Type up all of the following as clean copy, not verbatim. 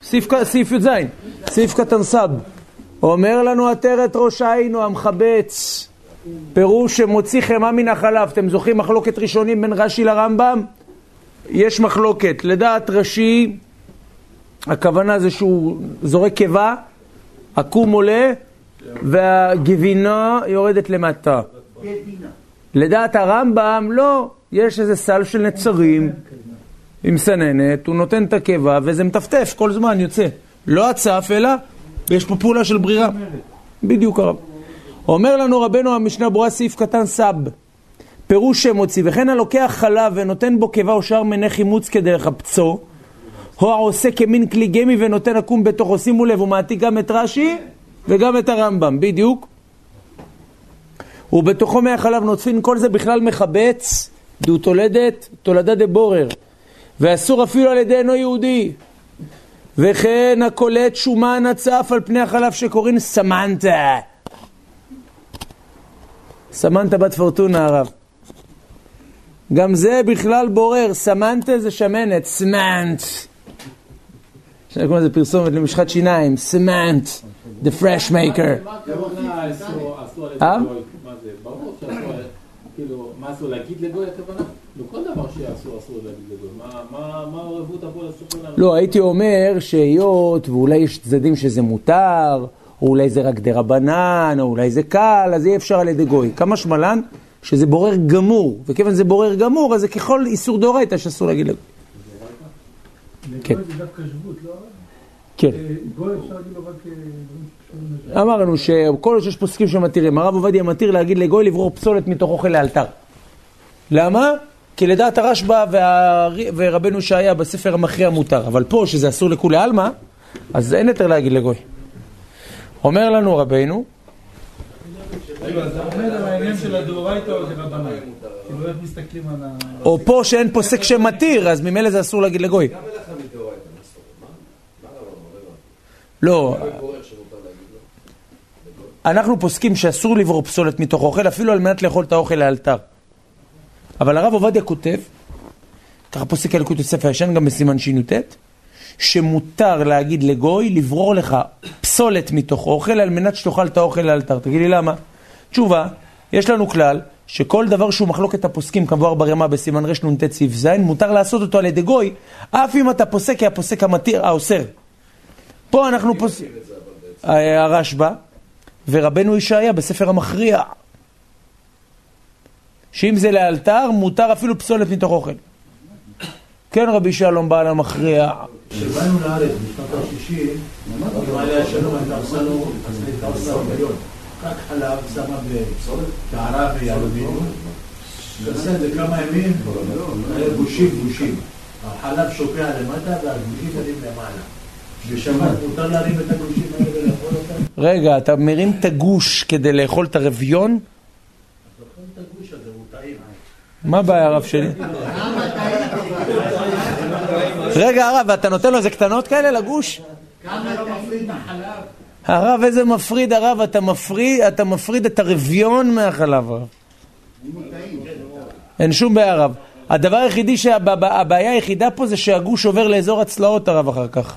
סעיף י"ז, סעיף קטן סב. אומר לנו עטרת ראש העין הוא המחבץ, פירוש שמוציא חמה מן החלב. אתם זוכרים מחלוקת ראשונים בין רש"י לרמב"ם? יש מחלוקת. לדעת רש"י, הכוונה זה שהוא זורק קיבה, עקום עולה, והגבינה יורדת למטה. לדעת הרמב"ם, לא. יש איזה סל של נצרים עם סננת, הוא נותן את הקיבה, וזה מטפטף כל זמן, יוצא. לא הצף, אלא יש פה פעולה של ברירה. בדיוק הרב. אומר לנו רבנו המשנה ברורה סעיף קטן סב, פירוש שמוציא, וכן הלוקח חלב ונותן בו קיבה או שאר מיני חימוץ כדי לחפצו, הוא העושה כמין כלי גמי ונותן עקום בתוכו. שימו לב, הוא מעתיק גם את רש"י וגם את הרמב"ם, בדיוק. ובתוכו מהחלב נוטפין, כל זה בכלל מחבץ, דו תולדה דבורר, ואסור אפילו על ידי אינו יהודי. וכן הקולט שומן הצף על פני החלב שקוראים סמנטה. סמנטה בת פורטונה הרב. גם זה בכלל בורר. סמנטה זה שמנת, סמנט. שאני קוראים לזה פרסומת למשחת שיניים, סמנט, the fresh maker. מה אסור להגיד לגוי הכוונה? כל דבר שאסור להגיד לגוי. מה הרבות פה לסופר לנו? לא, הייתי אומר שהיות ואולי יש צדדים שזה מותר, או אולי זה רק דרבנן, או אולי זה קל, אז אי אפשר על ידי גוי. כמה שמלן שזה בורר גמור, וכיוון זה בורר גמור, אז זה ככל איסור דאורייתא שאסור להגיד לגוי. לגוי זה דווקא שבות, לא? כן. גוי אפשר להגיד לו רק... אמרנו שכל שיש פוסקים שמתירים, הרב עובדיה מתיר להגיד לגוי לברור פסולת מתוך אוכל לאלתר. למה? כי לדעת הרשב"א ורבנו שהיה בספר המכריע מותר, אבל פה שזה אסור לכולי עלמא, אז אין יותר להגיד לגוי. אומר לנו רבנו, אז זה עומד על העניין של הדאורייתא או זה רבנן? כאילו איך מסתכלים על ה... או פה שאין פוסק שמתיר, אז ממילא זה אסור להגיד לגוי. כמה לך מדאורייתא? מה לא. אנחנו פוסקים שאסור לברור פסולת מתוך אוכל, אפילו על מנת לאכול את האוכל לאלתר. אבל הרב עובדיה כותב, ככה פוסק על כותב ספר ישן, גם בסימן שי"ט, שמותר להגיד לגוי לברור לך פסולת מתוך אוכל על מנת שתאכל את האוכל לאלתר. תגיד לי למה? תשובה, יש לנו כלל שכל דבר שהוא מחלוקת הפוסקים כמבואר ברמה בסימן רנ"ט סעיף ז', מותר לעשות אותו על ידי גוי, אף אם אתה פוסק כי הפוסק המתיר, האוסר. פה אנחנו פוסק הרשב"א ורבנו ישעיה בספר המכריע, שאם זה לאלתר מותר אפילו פסולת מתוך אוכל. כן רבי שלום בעל המכריע. כשבאנו לארץ בשנות ה-60, במעלה השלום הייתה עושה מיליון. רק חלב שמה בקערה ויהלומים, ועשה את זה כמה ימים, היה גושים. החלב שוקע למטה והגושים עלים למעלה. בשבת מותר להרים את הגושים האלה ולאכול אותם? רגע, אתה מרים את הגוש כדי לאכול את הרביון? אתה אוכל את הגוש הזה, הוא טעים. מה הבעיה הרב שלי? רגע הרב, אתה נותן לו איזה קטנות כאלה לגוש? כמה לא מפריד מהחלב? הרב, איזה מפריד הרב? אתה מפריד את הרביון מהחלב הרב. אין שום בעיה הרב. הדבר היחידי הבעיה היחידה פה זה שהגוש עובר לאזור הצלעות הרב אחר כך.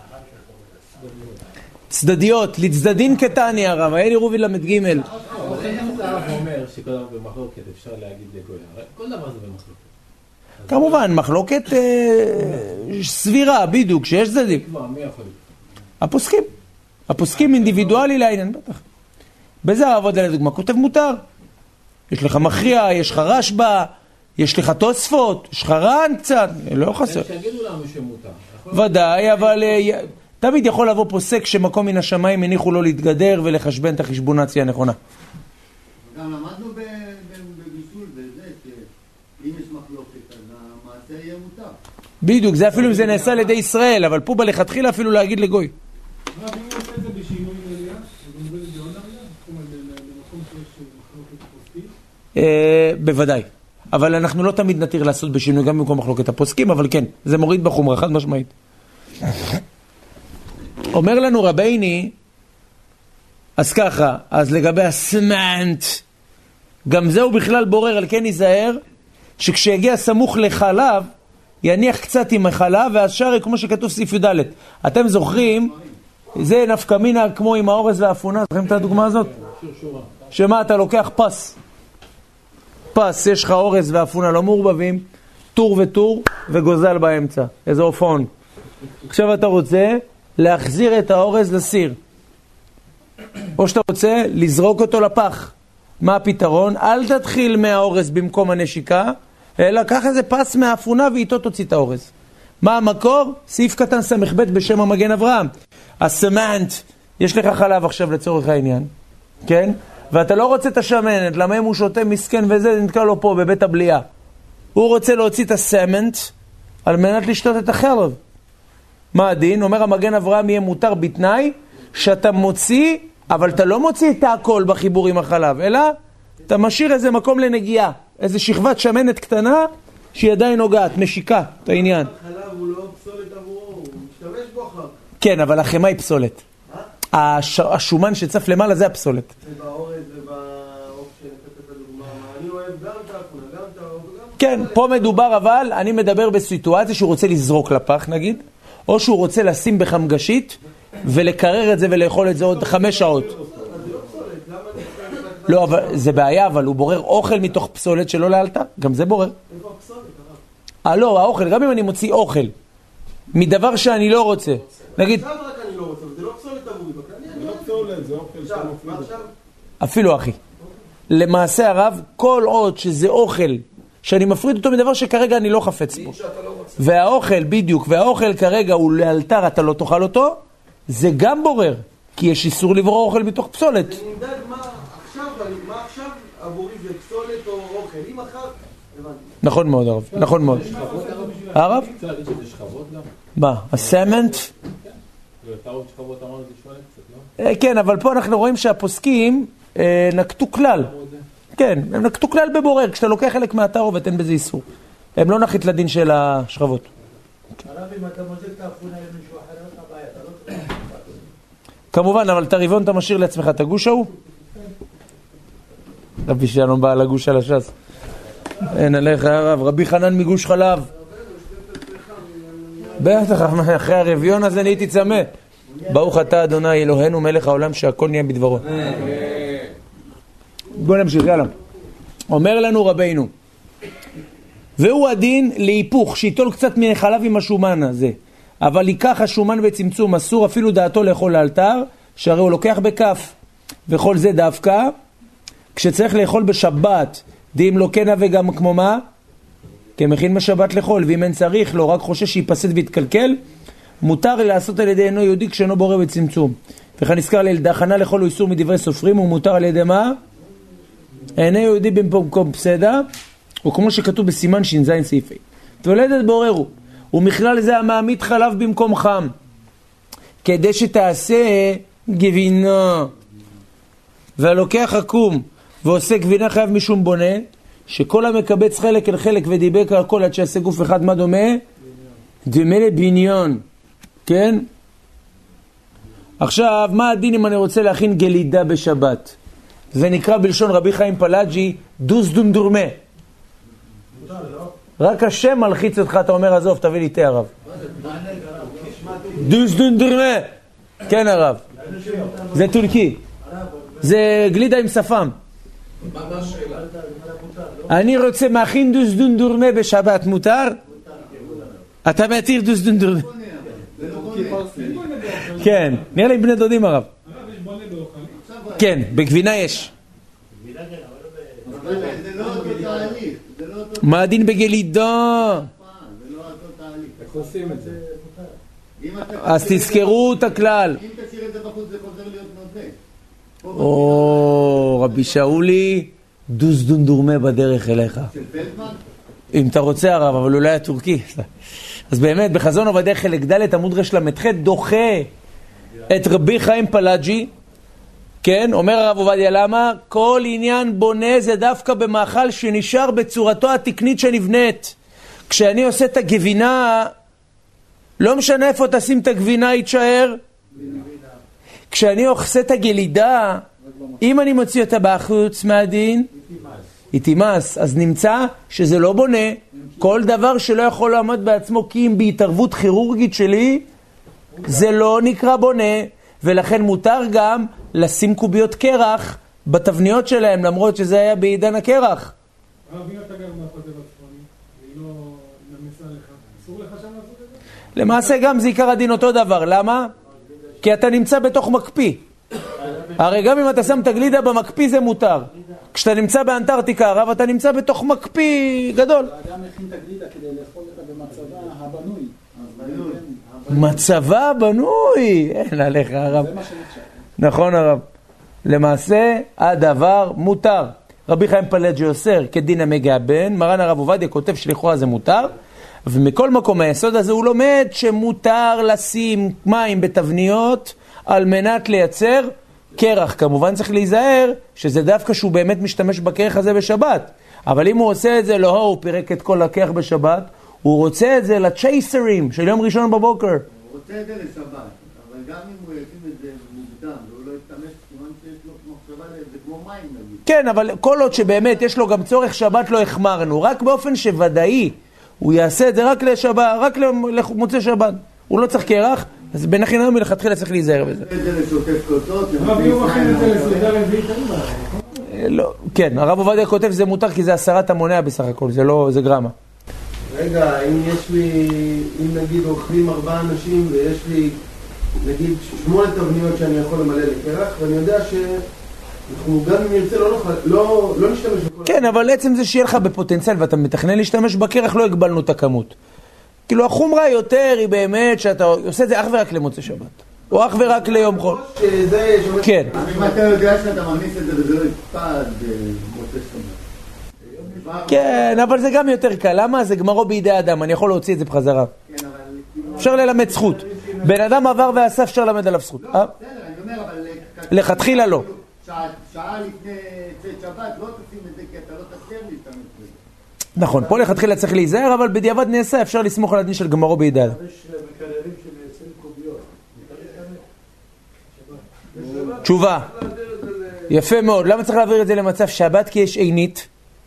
צדדיות, לצדדין קטני הרב, היה לי רובי למד ג'. הרב אומר שכל דבר במחלוקת אפשר להגיד לגוי. כל דבר זה במחלוקת. כמובן, מחלוקת סבירה, בדיוק, שיש צדדים. מי יכול? הפוסקים אינדיבידואלי לעניין, בטח. בזה הרב לדוגמה, כותב מותר. יש לך מכריע, יש לך רשב"א, יש לך תוספות, יש לך ר"ן קצת, לא חסר. תגידו לנו שמותר. ודאי, אבל תמיד יכול לבוא פוסק שמקום מן השמיים הניחו לו להתגדר ולחשבן את החשבונציה הנכונה. גם למדנו בבישול בזה, שאם יש מחלוקת, אז המעשה יהיה מותר. בדיוק, זה אפילו אם זה נעשה על ידי ישראל, אבל פה בלכתחילה אפילו להגיד לגוי. מה, אם הוא עושה את זה בשינוי מליאה? הוא אומר את זה עונה מליאה? במקום שיש מחלוקת הפוסקים? בוודאי. אבל אנחנו לא תמיד נתיר לעשות בשינוי גם במקום מחלוקת הפוסקים, אבל כן, זה מוריד בחומרה, חד משמעית. אומר לנו רבייני, אז ככה, אז לגבי הסמנט, גם זהו בכלל בורר, על כן ייזהר, שכשיגיע סמוך לחלב, יניח קצת עם החלב, והשאר כמו שכתוב סעיף י"ד. אתם זוכרים, זה נפקא מינה כמו עם האורז והאפונה, זוכרים את הדוגמה הזאת? שמה, אתה לוקח פס, יש לך אורז ואפונה לא מעורבבים, טור וטור וגוזל באמצע, איזה אופון. עכשיו אתה רוצה להחזיר את האורז לסיר, או שאתה רוצה לזרוק אותו לפח. מה הפתרון? אל תתחיל מהאורז במקום הנשיקה, אלא קח איזה פס מהאפונה ואיתו תוציא את האורז. מה המקור? סעיף קטן סמך ב' בשם המגן אברהם. הסמנט, יש לך חלב עכשיו לצורך העניין, כן? ואתה לא רוצה את השמנת, למה אם הוא שותה מסכן וזה נתקע לו פה בבית הבליעה. הוא רוצה להוציא את הסמנט על מנת לשתות את החלב. מה הדין? אומר המגן אברהם יהיה מותר בתנאי שאתה מוציא, אבל אתה לא מוציא את הכל בחיבור עם החלב, אלא אתה משאיר איזה מקום לנגיעה, איזה שכבת שמנת קטנה שהיא עדיין נוגעת, משיקה את העניין. החלב הוא לא פסולת עבורו, הוא משתמש בו אחר. כן, אבל החמה היא פסולת. השומן שצף למעלה זה הפסולת. ובאורז ובאופ שנתת את הדוגמה, אני אוהב גם את האפונה, גם את האורז וגם... כן, פה מדובר אבל, אני מדבר בסיטואציה שהוא רוצה לזרוק לפח נגיד, או שהוא רוצה לשים בחמגשית ולקרר את זה ולאכול את זה עוד 5 שעות. לא, אבל זה בעיה, אבל הוא בורר אוכל מתוך פסולת שלא לאלתר, גם זה בורר. איפה הפסולת? לא, האוכל, גם אם אני מוציא אוכל מדבר שאני לא רוצה, נגיד... עכשיו רק אני לא רוצה, זה לא פסולת עבורי, זה לא פסולת, זה אוכל שאתה מפריד. אפילו אחי, למעשה הרב, כל עוד שזה אוכל שאני מפריד אותו מדבר שכרגע אני לא חפץ בו, והאוכל בדיוק, והאוכל כרגע הוא לאלתר, אתה לא תאכל אותו, זה גם בורר, כי יש איסור לברור אוכל מתוך פסולת. אני נמדד מה עכשיו עבורי זה פסולת או אוכל, אם אחר, הבנתי. נכון מאוד הרב, נכון מאוד. הרב? אפשר להגיד שזה שכבות גם? מה? הסמנט? אתה עוד שכבות אמרנו זה שואל קצת, לא? כן, אבל פה אנחנו רואים שהפוסקים נקטו כלל. כן, הם נקטו כלל בבורר, כשאתה לוקח חלק מהתערובת אין בזה איסור. הם לא נחית לדין של השכבות. הרב, אם אתה מוזג את האפונה למישהו אחר, אין לך בעיה, אתה לא צריך... כמובן, אבל את הרבעון אתה משאיר לעצמך את הגוש ההוא? רבי שלום בא על הגוש על הש"ס. אין עליך הרב, רבי חנן מגוש חלב. בטח, אחרי הרביון הזה נהייתי צמא. ברוך אתה אדוני אלוהינו מלך העולם שהכל נהיה בדברו. בוא נמשיך, יאללה. אומר לנו רבינו, והוא הדין להיפוך, שיטול קצת מחלב עם השומן הזה, אבל ייקח השומן בצמצום, אסור אפילו דעתו לאכול לאלתר, שהרי הוא לוקח בכף, וכל זה דווקא, כשצריך לאכול בשבת, דאם לא כן וגם כמו מה? כמכין בשבת לאכול, ואם אין צריך לו, רק חושש שיפסד ויתקלקל, מותר לעשות על ידי אינו יהודי כשאינו בורא בצמצום. וכאן נזכר להכנה לאכול הוא איסור מדברי סופרים, הוא מותר על ידי מה? אינו יהודי במקום פסדה, או כמו שכתוב בסימן ש"ז סעיף ה'. תולדת בוררו, ומכלל זה המעמיד חלב במקום חם, כדי שתעשה גבינה, והלוקח עקום ועושה גבינה חייב משום בונה, שכל המקבץ חלק אל חלק ודיבק על הכל עד שיעשה גוף אחד, מה דומה? דומה לבניין, כן? עכשיו, מה הדין אם אני רוצה להכין גלידה בשבת? זה נקרא בלשון רבי חיים פלאג'י דוס דונדורמה. רק השם מלחיץ אותך, אתה אומר עזוב, תביא לי תה הרב. דוס דונדורמה. כן הרב, זה טורקי, זה גלידה עם שפם. אני רוצה מכין דוס דונדורמה בשבת, מותר? אתה מתיר דוס דונדורמה? כן, נראה לי בני דודים הרב. כן, בגבינה יש. זה לא אותו תהליך. מה הדין בגלידה? זה לא אותו תהליך. איך עושים את זה? אז תזכרו את הכלל. אם תשאיר את זה בחוץ זה חוזר להיות נודה. או, רבי שאולי, דוס דונדורמה בדרך אליך. של פלדמן? אם אתה רוצה הרב, אבל אולי הטורקי. אז באמת, בחזון עובדיה חלק ד' עמוד ר"ח דוחה את רבי חיים פלאג'י, כן, אומר הרב עובדיה, למה? כל עניין בונה זה דווקא במאכל שנשאר בצורתו התקנית שנבנית. כשאני עושה את הגבינה, לא משנה איפה תשים את הגבינה, היא תשאר. כשאני עושה את הגלידה, אם אני מוציא אותה בחוץ מהדין, איתימאס, אז נמצא שזה לא בונה. כל דבר שלא יכול לעמוד בעצמו, כי אם בהתערבות כירורגית שלי, זה לא נקרא בונה, ולכן מותר גם לשים קוביות קרח בתבניות שלהם, למרות שזה היה בעידן הקרח. הרב, אם אתה גר בחוטב הצפוני, והיא לא נמסה לך, אסור לך שם לעשות את זה? למעשה גם זה עיקר הדין אותו דבר. למה? כי אתה נמצא בתוך מקפיא. הרי גם אם אתה שם את הגלידה במקפיא זה מותר. כשאתה נמצא באנטארקטיקה, הרב, אתה נמצא בתוך מקפיא גדול. האדם מכין את הגלידה כדי לאכול אותה במצבה הבנוי. מצבה בנוי. אין עליך, הרב. זה מה שנחשב. נכון, הרב. למעשה, הדבר מותר. רבי חיים פלג'י אוסר כדין המגעבן, מרן הרב עובדיה כותב שלכאורה זה מותר, ומכל מקום היסוד הזה הוא לומד שמותר לשים מים בתבניות על מנת לייצר קרח. כמובן צריך להיזהר שזה דווקא שהוא באמת משתמש בקרח הזה בשבת, אבל אם הוא עושה את זה לא, הוא פירק את כל הקרח בשבת, הוא רוצה את זה לצ'ייסרים של יום ראשון בבוקר. הוא רוצה את זה לשבת, אבל גם אם הוא יקים את זה מוקדם והוא לא ישתמש, כיוון שיש לו מחשבה, זה כמו מים נגיד. כן, אבל כל עוד שבאמת יש לו גם צורך שבת לא החמרנו, רק באופן שוודאי הוא יעשה את זה רק לשבת, רק למוצא שבת, הוא לא צריך קרח, אז בין החינם מלכתחילה צריך להיזהר בזה. את זה לשוטף כוסות, הרב, אם הוא מכין את זה לסעודה רביעית, לא, כן, הרב עובדיה כותב זה מותר כי זה 10 המונע בסך הכל, זה לא, זה גרמה. רגע, אם יש לי, אם נגיד אוכלים 4 אנשים ויש לי נגיד 8 תבניות שאני יכול למלא לקרח, ואני יודע שאנחנו גם אם נרצה לא נשתמש בכל... כן, אבל עצם זה שיהיה לך בפוטנציאל ואתה מתכנן להשתמש בקרח, לא הגבלנו את הכמות. כאילו החומרה יותר היא באמת שאתה עושה את זה אך ורק למוצא שבת, או אך ורק ליום חול. כן. אם אתה יודע שאתה ממליץ את זה וזה לא יתפד במוצא שבת. כן, אבל זה גם יותר קל. למה? זה גמרו בידי אדם, אני יכול להוציא את זה בחזרה. אפשר ללמד זכות. בן אדם עבר ועשה, אפשר ללמד עליו זכות. לא, בסדר, אני אומר, אבל... לכתחילה לא. שעה לפני צאת שבת, לא תשים את זה, כי אתה לא תצליח להשתמש בזה. נכון, פה לכתחילה צריך להיזהר, אבל בדיעבד נעשה, אפשר לסמוך על הדין של גמרו בידי אדם. יש מקררים שמייצרים קוביות. תשובה. יפה מאוד. למה צריך להעביר את זה למצב שבת? כי יש עינית.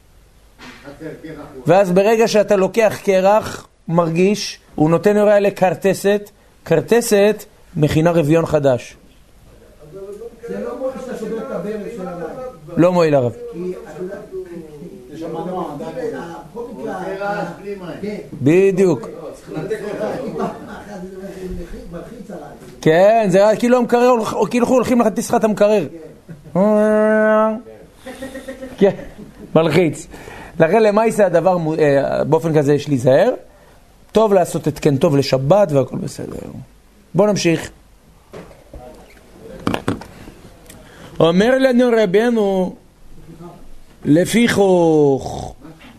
ואז ברגע שאתה לוקח קרח, מרגיש, הוא נותן הוראה לקרטסת, קרטסת מכינה רביון חדש. זה לא מועיל שאתה שובר את הברז של המים. לא מועיל הרב. יש שם מנוע עדיין. בדיוק. כן, זה היה כאילו המקרר, כאילו הולכים לך תסחת המקרר. כן, מלחיץ. לכן למעשה הדבר באופן כזה יש להיזהר. טוב לעשות את כן טוב לשבת והכל בסדר. בואו נמשיך. אומר לנו רבנו לפיכוך,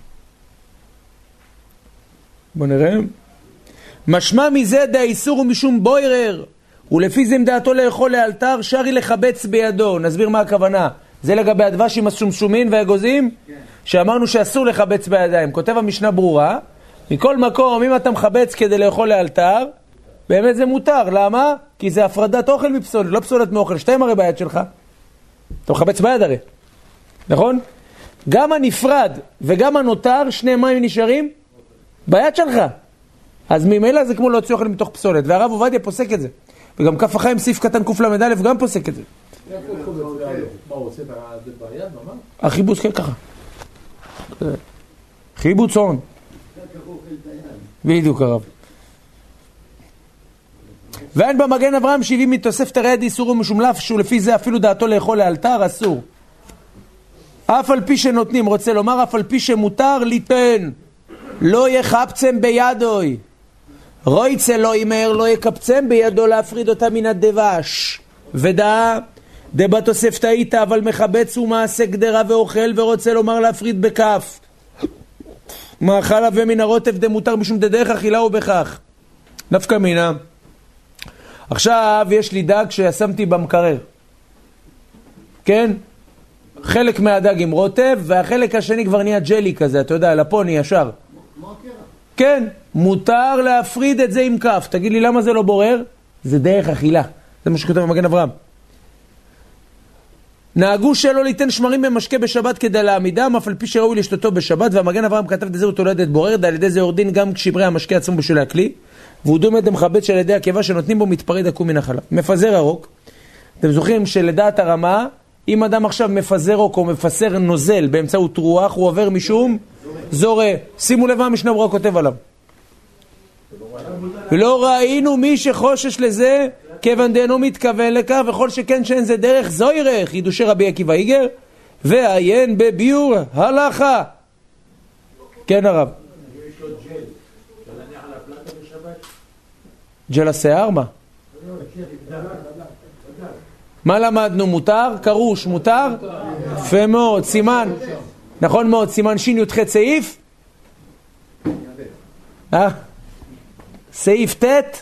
בוא נראה, משמע מזה דאיסור ומשום בוירר, ולפי זה דעתו לאכול לאלתר שרי לחבץ בידו. נסביר מה הכוונה. זה לגבי הדבשים הסומסומין והאגוזים שאמרנו שאסור לחבץ בידיים. כותב המשנה ברורה, מכל מקום אם אתה מחבץ כדי לאכול לאלתר, באמת זה מותר. למה? כי זה הפרדת אוכל מפסולת, לא פסולת מאוכל. שתיים הרי ביד שלך, אתה מחבץ ביד הרי, נכון? גם הנפרד וגם הנותר, שני מים נשארים ביד שלך. אז ממילא זה כמו להוציא אוכל מתוך פסולת, והרב עובדיה פוסק את זה. וגם כף החיים סעיף קטן קוף למד א' גם פוסק את זה. מה הוא עושה ביד ממש? החיבוץ כן ככה. חיבוץ הון. בדיוק הרב. ואין במגן אברהם 70 מתוספת הרי איסור ומשומלף, שהוא לפי זה אפילו דעתו לאכול לאלתר אסור. אף על פי שנותנים, רוצה לומר אף על פי שמותר ליתן, לא יחפצם בידוי. רויצה לא ימר, לא יקפצם בידו להפריד אותה מן הדבש. ודע דבתוספת היית אבל מחבץ ומעשה גדרה ואוכל, ורוצה לומר להפריד בכף. מאכל ומן הרוטף דמותר משום דדרך אכילה ובכך. נפקא מינה. עכשיו יש לי דג ששמתי במקרר. כן? חלק מהדג עם רוטף, והחלק השני כבר נהיה ג'לי כזה, אתה יודע, לפוני ישר. כן, מותר להפריד את זה עם כף. תגיד לי למה זה לא בורר? זה דרך אכילה. זה מה שכתוב במגן אברהם. נהגו שלא ליתן שמרים במשקה בשבת כדי להעמידם, אף על פי שראוי לשתותו בשבת, והמגן אברהם כתב דזה ותולדת בוררת, על ידי זה יורדין גם כשברי המשקה עצמו בשולי הכלי, והוא דומה דמחבט שעל ידי הקיבה שנותנים בו מתפרד עקום מן החלב. מפזר הרוק, אתם זוכרים שלדעת הרמה, אם אדם עכשיו מפזר רוק או מפזר נוזל באמצעות רוח, הוא עובר משום זורה. שימו לב מה המשנה ברורה כותב עליו. ולא ראינו מי שחושש לזה, כיוון דאינו מתכוון לכך, וכל שכן שאין זה דרך זוירך, חידושי רבי עקיבא איגר, ועיין בביאור הלכה. כן הרב. יש לו ג'ל, להניח על הפלטה בשבת? ג'ל השיער מה? מה למדנו? מותר? קרוש, מותר? יפה מאוד, סימן. נכון מאוד, סימן שין י"ח סעיף? סעיף ת'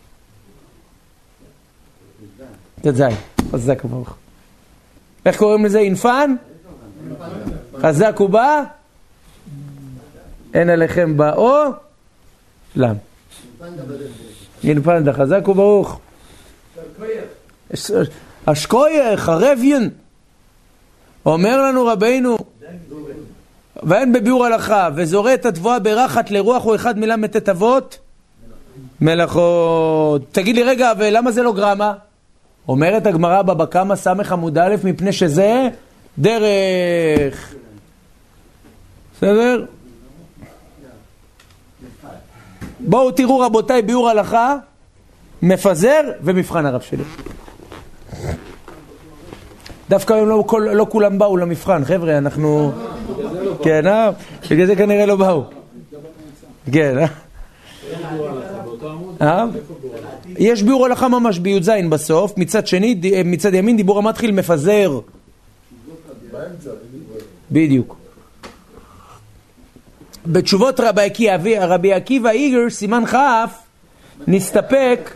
ת' זין. חזק וברוך. איך קוראים לזה? אינפן? חזק ובא? אין עליכם באו? למה? אינפן דה חזק וברוך. השקוייך, הרביין. אומר לנו רבינו, ואין בביאור הלכה, וזורה את התבואה ברחת לרוח הוא אחד מילה מתת אבות מלאכות. תגיד לי רגע, ולמה זה לא גרמה? אומרת הגמרא בבא קמא סמך עמוד א', מפני שזה דרך. בסדר? בואו תראו רבותיי ביאור הלכה, מפזר ומבחן הרב שלי. דווקא היום לא כולם באו למבחן, חבר'ה, אנחנו... כן, בגלל זה כנראה לא באו. כן, יש ביאור הלכה ממש בי"ז בסוף, מצד שני, מצד ימין דיבור המתחיל מפזר. בדיוק. בתשובות רבי עקיבא איגר, סימן כ', נסתפק,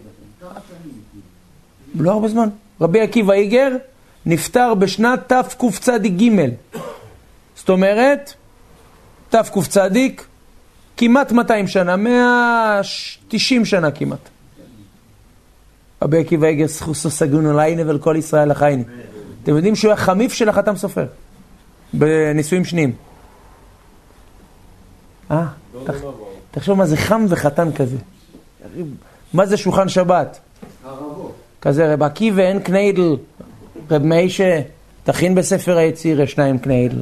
לא הרבה זמן, רבי עקיבא איגר נפטר בשנת תקצ"ג, זאת אומרת, תקצ"ג, כמעט 200 שנה, 190 שנה כמעט. רבי עקיבא איגר סחוסו סגונו ליינה ולכל ישראל לחייני. אתם יודעים שהוא היה חמיף של החתם סופר, בנישואים שניים. תחשוב מה זה חם וחתן כזה. מה זה שולחן שבת? כזה רב עקיבא אין קניידל, רב מיישה תכין בספר היציר יש שניים קניידל.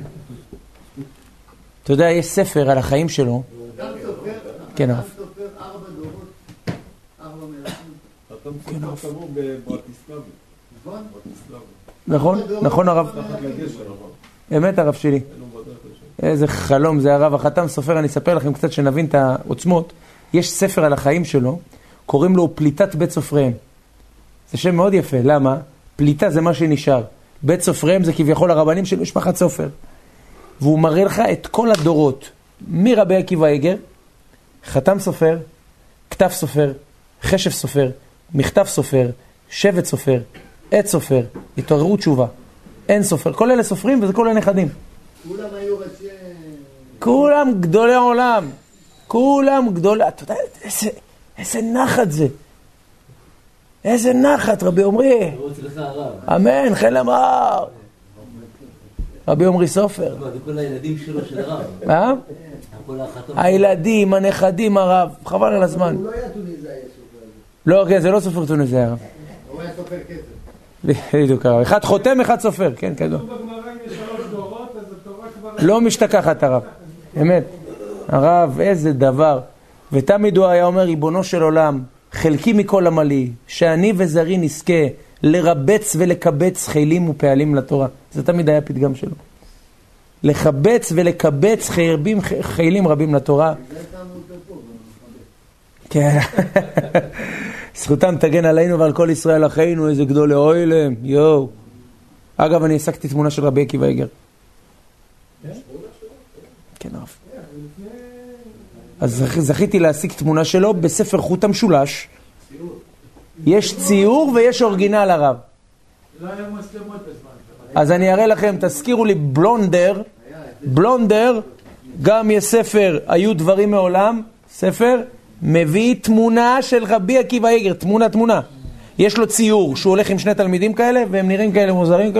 אתה יודע, יש ספר על החיים שלו. גם סופר, כן, גם סופר 4 דורות, 4 מלכים. אתה סופר תמור בברטיסלבי. נכון? נכון הרב. אמת הרב שלי. איזה חלום זה הרב. החתם סופר, אני אספר לכם קצת שנבין את העוצמות. יש ספר על החיים שלו, קוראים לו פליטת בית סופריהם. זה שם מאוד יפה, למה? פליטה זה מה שנשאר. בית סופריהם זה כביכול הרבנים של משפחת סופר. והוא מראה לך את כל הדורות, מרבי עקיבא איגר, חתם סופר, כתב סופר, חשב סופר, מכתב סופר, שבט סופר, עת סופר, התעוררות תשובה, אין סופר, כל אלה סופרים וזה כל הנכדים. כולם היו ראשי... כולם גדולי העולם, כולם גדולי, אתה יודע, איזה נחת זה. איזה נחת, רבי עומרי. אמן, חן למר. רבי עומרי סופר. זה כל הילדים שלו של הרב. מה? הילדים, הנכדים, הרב. חבל על הזמן. הוא לא היה טוניסאי סופר. לא, כן, זה לא סופר טוניסאי, הרב. הוא היה סופר כסף. בדיוק, הרב. אחד חותם, אחד סופר. כן, כדור. בגמרא אם יש 3 דורות, אז התורה כבר... לא משתכחת, הרב. אמת. הרב, איזה דבר. ותמיד הוא היה אומר, ריבונו של עולם, חלקי מכל עמלי, שאני וזרי נזכה לרבץ ולקבץ חילים ופעלים לתורה. זה תמיד היה פתגם שלו. לחבץ ולקבץ חילים רבים לתורה. כן. זכותם תגן עלינו ועל כל ישראל אחינו, איזה גדולי אוילם. יואו. אגב, אני העסקתי תמונה של רבי עקיבא איגר. כן, הרב. אז זכיתי להשיג תמונה שלו בספר חוט המשולש. יש ציור ויש אורגינל הרב. לא היה מסלמות בזמן. אז אני אראה לכם, תזכירו לי בלונדר, גם יש ספר, היו דברים מעולם, ספר, מביא תמונה של רבי עקיבא איגר, תמונה. יש לו ציור שהוא הולך עם שני תלמידים כאלה, והם נראים כאלה מוזרים,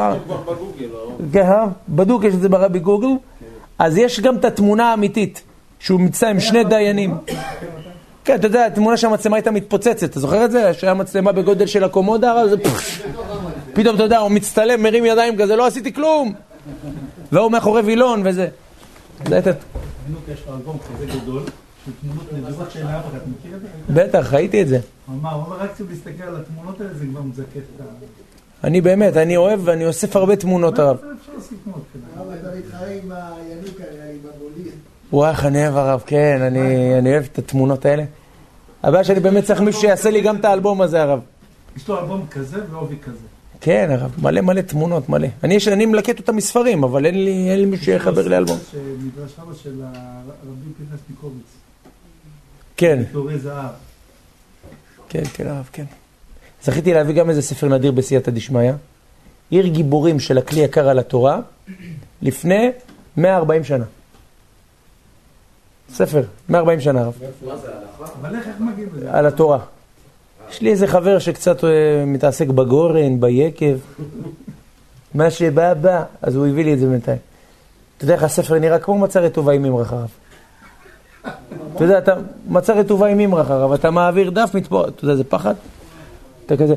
בדוק יש את זה ברבי גוגל, אז יש גם את התמונה האמיתית, שהוא מצא עם שני דיינים. כן, אתה יודע, התמונה שהמצלמה הייתה מתפוצצת, אתה זוכר את זה? שהיה מצלמה בגודל של הקומודה, זה פתאום אתה יודע, הוא מצטלם, מרים ידיים כזה, לא עשיתי כלום. והוא מאחורי וילון וזה. זה הייתה... יש לו אלבום כזה גדול, של תמונות נדירות שאין אף אחד, מכיר את זה? בטח, ראיתי את זה. הוא אומר, רק כשהוא מסתכל על התמונות האלה, זה כבר מזקת את ה... אני באמת, אני אוהב ואני אוסף הרבה תמונות הרב. אפשר להוסיף תמונות כזה. אתה מתחרה עם הינוק האלה, עם הבוליד. וואי, איך אני אוהב הרב, כן, אני אוהב את התמונות האלה. הבעיה שאני באמת צריך מישהו שיעשה לי גם את האלבום הזה הרב. יש לו אלבום כזה ועובי כזה. כן הרב, מלא תמונות, מלא. אני מלקט אותם מספרים, אבל אין לי מישהו שיחבר לי אלבום. מדרש רבה של הרבי פנחס ניקוביץ. כן. תורי זהב. כן, הרב, כן. זכיתי להביא גם איזה ספר נדיר בסייעתא דשמיא. עיר גיבורים של הכלי יקר על התורה, לפני 140 שנה. ספר, 140 שנה הרב. מה זה הלכה? אבל איך מגיעים לזה? על התורה. יש לי איזה חבר שקצת מתעסק בגורן, ביקב. מה שבא, אז הוא הביא לי את זה בינתיים. אתה יודע איך הספר נראה כמו מצע רטובה עם ממרח הרב. אתה יודע, מצע רטובה עם ממרח הרב, אתה מעביר דף מתפור, אתה יודע, זה פחד? אתה כזה...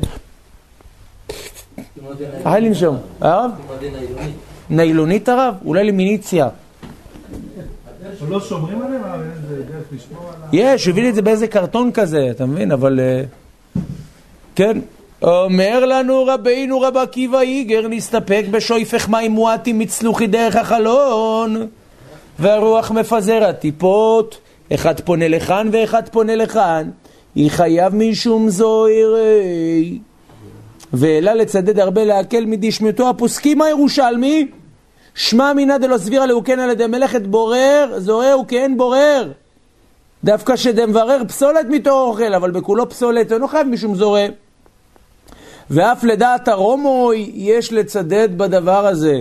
היי לנשום, הרב? ניילונית הרב? אולי למיניציה. לא שומרים עליהם, אבל זה דרך לשמור עליהם. יש, הביא לי את זה באיזה קרטון כזה, אתה מבין? אבל... כן. אומר לנו רבינו רב עקיבא איגר, נסתפק בשויפך מים מועטים מצלוחי דרך החלון, והרוח מפזר הטיפות, אחד פונה לכאן ואחד פונה לכאן, היא חייב משום זוהרי. ואלה לצדד הרבה להקל מדשמיותו הפוסקים הירושלמי, שמע מינה דלא סבירה לאוכן על ידי מלאכת בורר, זוהה וכהן בורר. דווקא שדמברר פסולת מתוך אוכל, אבל בכולו פסולת, אינו חייב משום זוהה. ואף לדעת הרומוי יש לצדד בדבר הזה.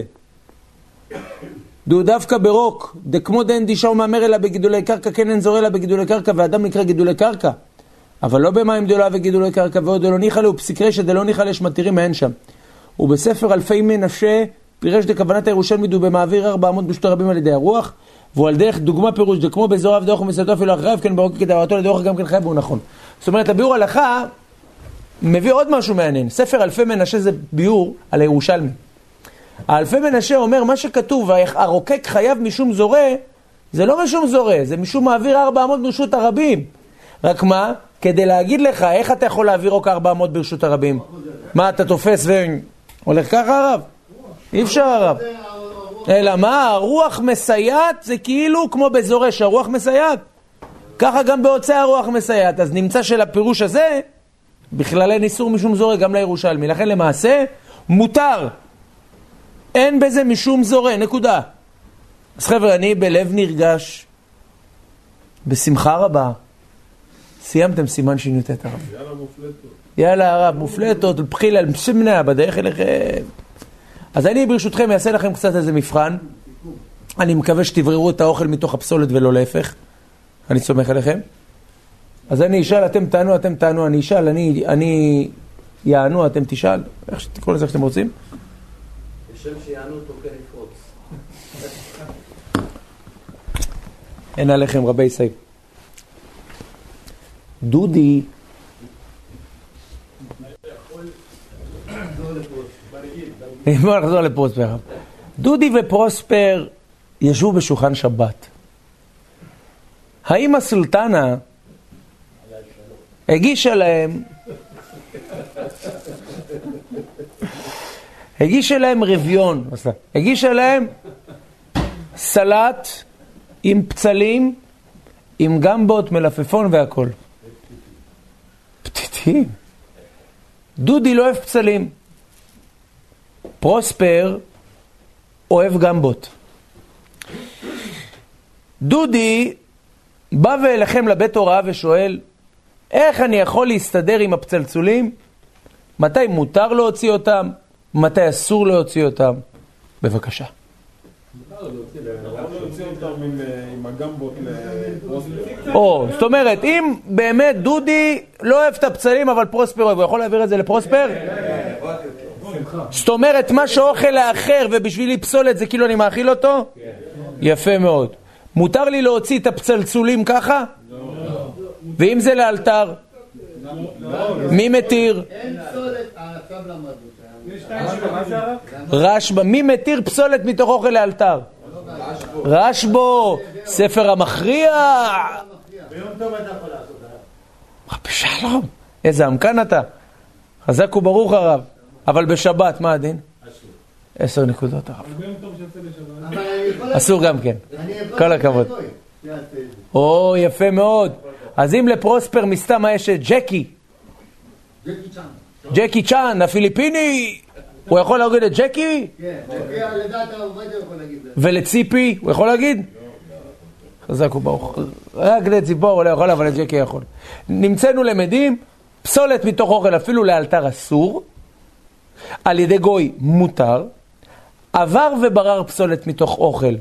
דו דווקא ברוק, דכמו דין דישה ומאמר אלא בגידולי קרקע, כן אין זוהה אלא בגידולי קרקע, ואדם נקרא גידולי קרקע. אבל לא במים דולה וגידולי קרקע, ועוד דלא ניחא לו, פסיקרי שדלא ניחא יש מתירים מהן שם. ובספר אלפי מנשה, פירש דכוונת הירושלמי דו במעביר 400 בשתי רבים על ידי הרוח, והוא על דרך דוגמה פירוש דכמו בזוהר ודוח ומסתו אפילו אחריו, כן ברוק כדברתו לדוח גם כן חייב והוא נכון. זאת אומרת, הביאור הלכה מביא עוד משהו מעניין. ספר אלפי מנשה זה ביאור על הירושלמי. האלפי מנשה אומר, מה שכתוב, הרוקק חייב משום זורע, זה לא משום זורע, זה משום מעביר 400 ברשות הרבים. רק מה? כדי להגיד לך, איך אתה יכול להעביר רק 400 ברשות הרבים? מה, אתה תופס והולך ככה הרב? אי אפשר הרב. אלא מה? הרוח מסייעת זה כאילו כמו בזורש, הרוח מסייעת. ככה גם בהוצאה הרוח מסייעת. אז נמצא של הפירוש הזה, בכלל אין איסור משום זורע גם לירושלמי. לכן למעשה, מותר. אין בזה משום זורע, נקודה. אז חבר'ה, אני בלב נרגש, בשמחה רבה, סיימתם סימן שי"ט הרב. יאללה מופלטות. יאללה הרב, מופלטות, בחילה, משמנה, בדרך אליכם. אז אני ברשותכם אעשה לכם קצת איזה מבחן. אני מקווה שתבררו את האוכל מתוך הפסולת ולא להפך. אני סומך עליכם. אז אני אשאל, אתם תענו, אני אשאל, אני יענו, אתם תשאל. איך שתקראו לזה שאתם רוצים? בשם שיענו אותו כן יפרוץ. אין עליכם רבי סייב. דודי בוא נחזור לפרוספר. דודי ופרוספר ישבו בשולחן שבת. האם הסולטנה הגישה להם רביון, הגישה להם סלט עם פצלים, עם גמבות, מלפפון והכל. פתיתים. דודי לא אוהב פצלים. פרוספר אוהב גמבות. דודי בא ואליכם לבית הוראה ושואל, איך אני יכול להסתדר עם הפצלצולים? מתי מותר להוציא אותם? מתי אסור להוציא אותם? בבקשה. מותר עם הגמבות לפרוספר? זאת אומרת, אם באמת דודי לא אוהב את הפצלים, אבל פרוספר אוהב, הוא יכול להעביר את זה לפרוספר? זאת אומרת, מה שאוכל לאחר ובשבילי פסולת זה כאילו אני מאכיל אותו? יפה מאוד. מותר לי להוציא את הפצלצולים ככה? ואם זה לאלתר? מי מתיר? אין פסולת, עכשיו למדנו. רשב"א, מי מתיר פסולת מתוך אוכל לאלתר? רשב"א, ספר המכריע. ביום טוב אתה יכול לעשות. רבי שלום, איזה עמקן אתה. חזק וברוך הרב. אבל בשבת, מה הדין? 10 נקודות הרב. ביום טוב שיוצא לשבת. אסור גם כן. כל הכבוד. יפה מאוד. אז אם לפרוספר מסתם יש ג'קי, ג'קי צ'אן, הפיליפיני, הוא יכול להגיד את ג'קי? כן, לדעת העובד הוא יכול להגיד. ולציפי, הוא יכול להגיד? חזק וברוך. רק לציפור הוא לא יכול, אבל לג'קי יכול. נמצאנו למדים, פסולת מתוך אוכל אפילו לאלתר אסור, על ידי גוי מותר, עבר וברר פסולת מתוך אוכל.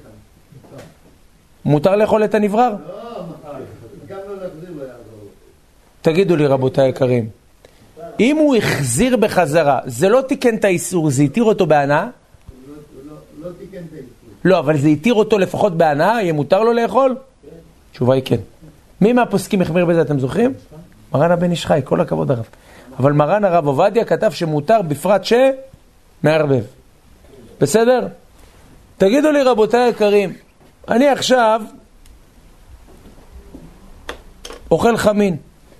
מותר לאכול את הנברר? לא, גם לא להחזיר לו יעזור. תגידו לי רבותיי יקרים, אם הוא החזיר בחזרה, זה לא תיקן את האיסור, זה יתיר אותו בהנאה? לא תיקן את האיסור. לא, אבל זה יתיר אותו לפחות בהנאה, יהיה מותר לו לאכול? תשובה היא כן. מי מהפוסקים החמיר בזה, אתם זוכרים? מרן הבן איש חי, כל הכבוד הרב. אבל מרן הרב עובדיה כתב שמותר בפרט שמערבב. בסדר? תגידו לי רבותיי יקרים, אני עכשיו אוכל חמין.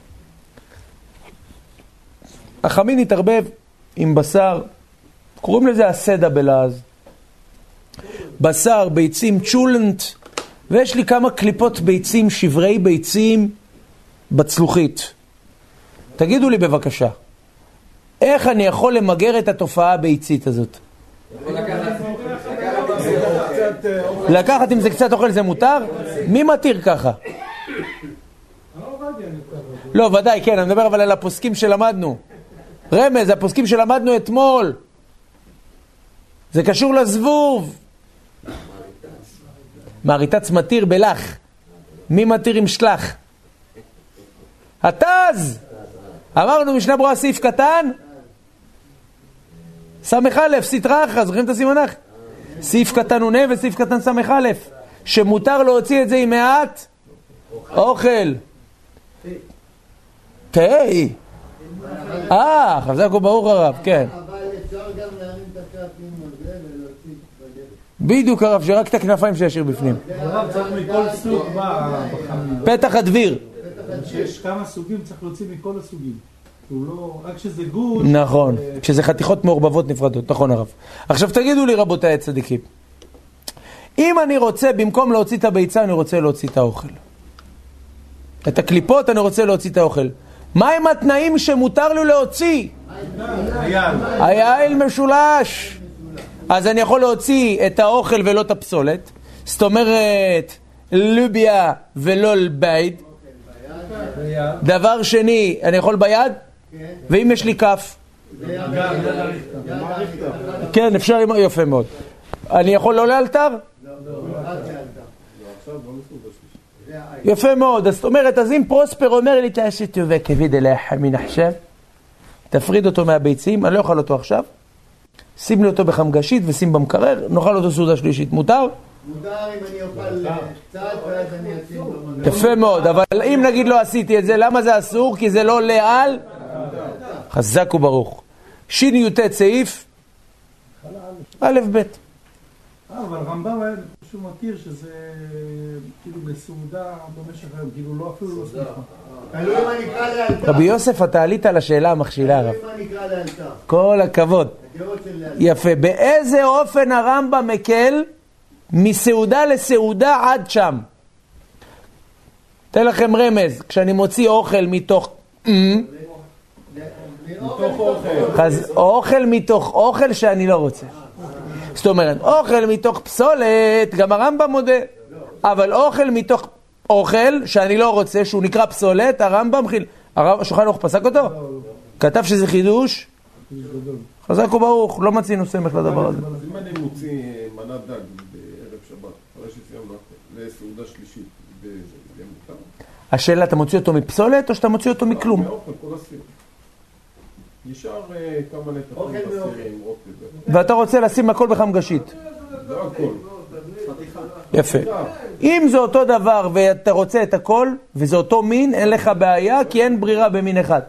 החמין יתערבב עם בשר, קוראים לזה הסדה בלעז. בשר, ביצים, צ'ולנט, ויש לי כמה קליפות ביצים, שברי ביצים בצלוחית. תגידו לי בבקשה, איך אני יכול למגר את התופעה הביצית הזאת? לקחת אם זה קצת אוכל זה מותר? מי מתיר ככה? לא, ודאי, כן, אני מדבר אבל על הפוסקים שלמדנו. רמז, הפוסקים שלמדנו אתמול. זה קשור לזבוב. מעריתץ מתיר בלח. מי מתיר עם שלח? התז! אמרנו משנה ברורה סעיף קטן? סמך א', סטרחה, זוכרים את הסימנך? סעיף קטן עונה וסעיף קטן סמך א', שמותר להוציא את זה עם מעט אוכל. תהי. חזק וברוך הרב, כן. אבל אפשר גם להרים את הכפים על זה ולהוציא בדרך. בדיוק הרב, שרק את הכנפיים שישאיר בפנים. הרב צריך מכל סוג בחמין. פתח הדביר. יש כמה סוגים, צריך להוציא מכל הסוגים. הוא לא, רק שזה גוש. נכון, כשזה חתיכות מעורבבות נפרדות, נכון הרב. עכשיו תגידו לי רבותיי הצדיקים, אם אני רוצה, במקום להוציא את הביצה, אני רוצה להוציא את האוכל. את הקליפות אני רוצה להוציא את האוכל. מה הם התנאים שמותר לי להוציא? היעל משולש. אז אני יכול להוציא את האוכל ולא את הפסולת. זאת אומרת, לוביה ולא לבית. דבר שני, אני יכול ביד? ואם יש לי כף? כן, אפשר, יפה מאוד. אני יכול לא לאלתר? יפה מאוד. אז זאת אומרת, אז אם פרוספר אומר לי, תעשי טובה כביד אלי חמין עכשיו, תפריד אותו מהביצים, אני לא אוכל אותו עכשיו, שים לי אותו בחמגשית ושים במקרר, נאכל אותו סעודה שלישית. מותר? מותר אם אני אוכל קצת ואז אני אשים במנגל. יפה מאוד, אבל אם נגיד לא עשיתי את זה, למה זה אסור? כי זה לא עולה על חזק וברוך. שין יוטט סעיף א' ב'. אבל רמב"ם היה שהוא מכיר שזה כאילו בסעודה במשך היום, כאילו לא אפילו לא סליחה. תלוי מה נקרא לאלתר. רבי יוסף, אתה עלית על השאלה המכשילה הרב. תלוי מה נקרא לאלתר. כל הכבוד. הדעות של לאלתר. יפה. באיזה אופן הרמב"ם מקל מסעודה לסעודה עד שם? תן לכם רמז. כשאני מוציא אוכל מתוך אוכל מתוך אוכל שאני לא רוצה. זאת אומרת, אוכל מתוך פסולת, גם הרמב"ם מודה. אבל אוכל מתוך אוכל שאני לא רוצה, שהוא נקרא פסולת, הרמב"ם השולחן ערוך פסק אותו? כתב שזה חידוש? חזק וברוך, לא מצינו סמך לדבר הזה. אז אם אני מוציא מנת דג בערב שבת, אחרי שסיימנו בסעודה שלישית, זה מותר. השאלה, אתה מוציא אותו מפסולת או שאתה מוציא אותו מכלום? מאוכל, כל הסיר. נשאר כמה נתחים בסירים, ואתה רוצה לשים הכל בחמגשית. זה הכל. יפה. אם זה אותו דבר ואתה רוצה את הכל, וזה אותו מין, אין לך בעיה, כי אין ברירה במין אחד.